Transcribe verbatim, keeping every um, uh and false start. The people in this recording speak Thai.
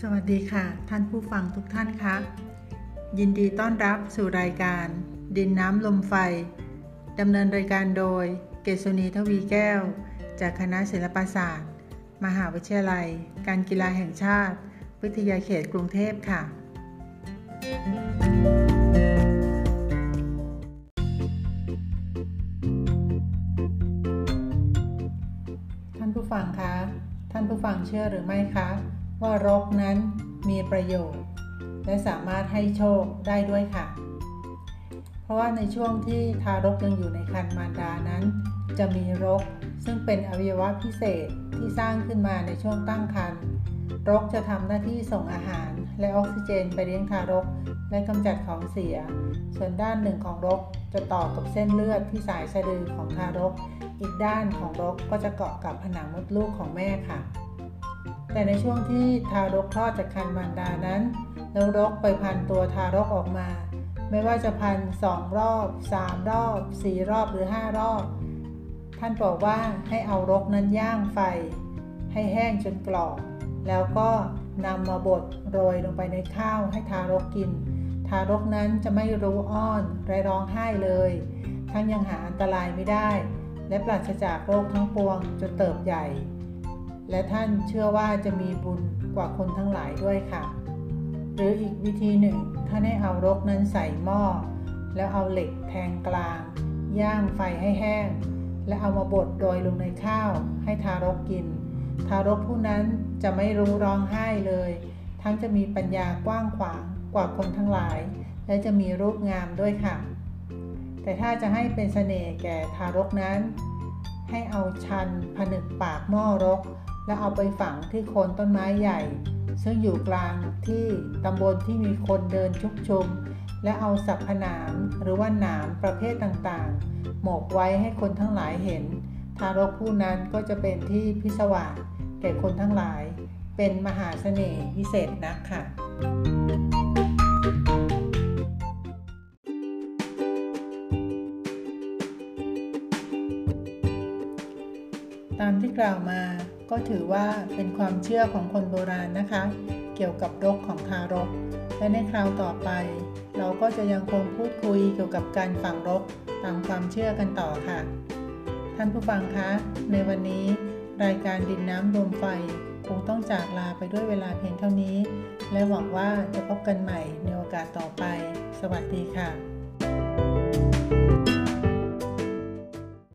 สวัสดีค่ะท่านผู้ฟังทุกท่านคะยินดีต้อนรับสู่รายการดินน้ำลมไฟดำเนินรายการโดยเกษุณีทวีแก้วจากคณะศิลปศาสตร์มหาวิทยาลัยการกีฬาแห่งชาติวิทยาเขตกรุงเทพค่ะท่านผู้ฟังคะท่านผู้ฟังเชื่อหรือไม่คะว่ารกนั้นมีประโยชน์และสามารถให้โชคได้ด้วยค่ะเพราะว่าในช่วงที่ทารกยังอยู่ในครรภ์มารดานั้นจะมีรกซึ่งเป็นอวัยวะพิเศษที่สร้างขึ้นมาในช่วงตั้งครรภ์รกจะทำหน้าที่ส่งอาหารและออกซิเจนไปเลี้ยงทารกและกำจัดของเสียส่วนด้านหนึ่งของรกจะต่อกับเส้นเลือดที่สายสะดือของทารกอีกด้านของรกก็จะเกาะกับผนังมดลูกของแม่ค่ะแต่ในช่วงที่ทารกคลอดจากครรภ์มารดานั้นแล้วรกไปพันตัวทารกออกมาไม่ว่าจะพันสองรอบสามรอบสี่รอบหรือห้ารอบท่านบอกว่าให้เอารกนั้นย่างไฟให้แห้งจนกรอบแล้วก็นำมาบดโรยลงไปในข้าวให้ทารกกินทารกนั้นจะไม่รู้อ้อนและร้องไห้เลยทั้งยังหาอันตรายไม่ได้และปราศจากโรคทั้งปวงจนเติบใหญ่และท่านเชื่อว่าจะมีบุญกว่าคนทั้งหลายด้วยค่ะหรืออีกวิธีหนึ่งท่านให้เอารกนั้นใส่หม้อแล้วเอาเหล็กแทงกลางย่างไฟให้แห้งและเอามาบดโรยลงในข้าวให้ทารกกินทารกผู้นั้นจะไม่รู้ร้องไห้เลยทั้งจะมีปัญญากว้างขวางกว่าคนทั้งหลายและจะมีรูปงามด้วยค่ะแต่ถ้าจะให้เป็นเสน่ห์แก่ทารกนั้นให้เอาชันผนึกปากหม้อรกแล้วเอาไปฝังที่โคนต้นไม้ใหญ่ซึ่งอยู่กลางที่ตำบลที่มีคนเดินชุกชุมและเอาสับผนามหรือว่าหนามประเภทต่างๆหมกไว้ให้คนทั้งหลายเห็นทารกผู้นั้นก็จะเป็นที่พิศวาสแก่คนทั้งหลายเป็นมหาเสน่ห์วิเศษนักค่ะตามที่กล่าวมาก็ถือว่าเป็นความเชื่อของคนโบราณนะคะเกี่ยวกับรกของทารกและในคราวต่อไปเราก็จะยังคงพูดคุยเกี่ยวกับการฝังรกตามความเชื่อกันต่อค่ะท่านผู้ฟังคะในวันนี้รายการดินน้ำลมไฟคงต้องจากลาไปด้วยเวลาเพียงเท่านี้และหวังว่าจะพบกันใหม่ในโอกาสต่อไปสวัสดีค่ะ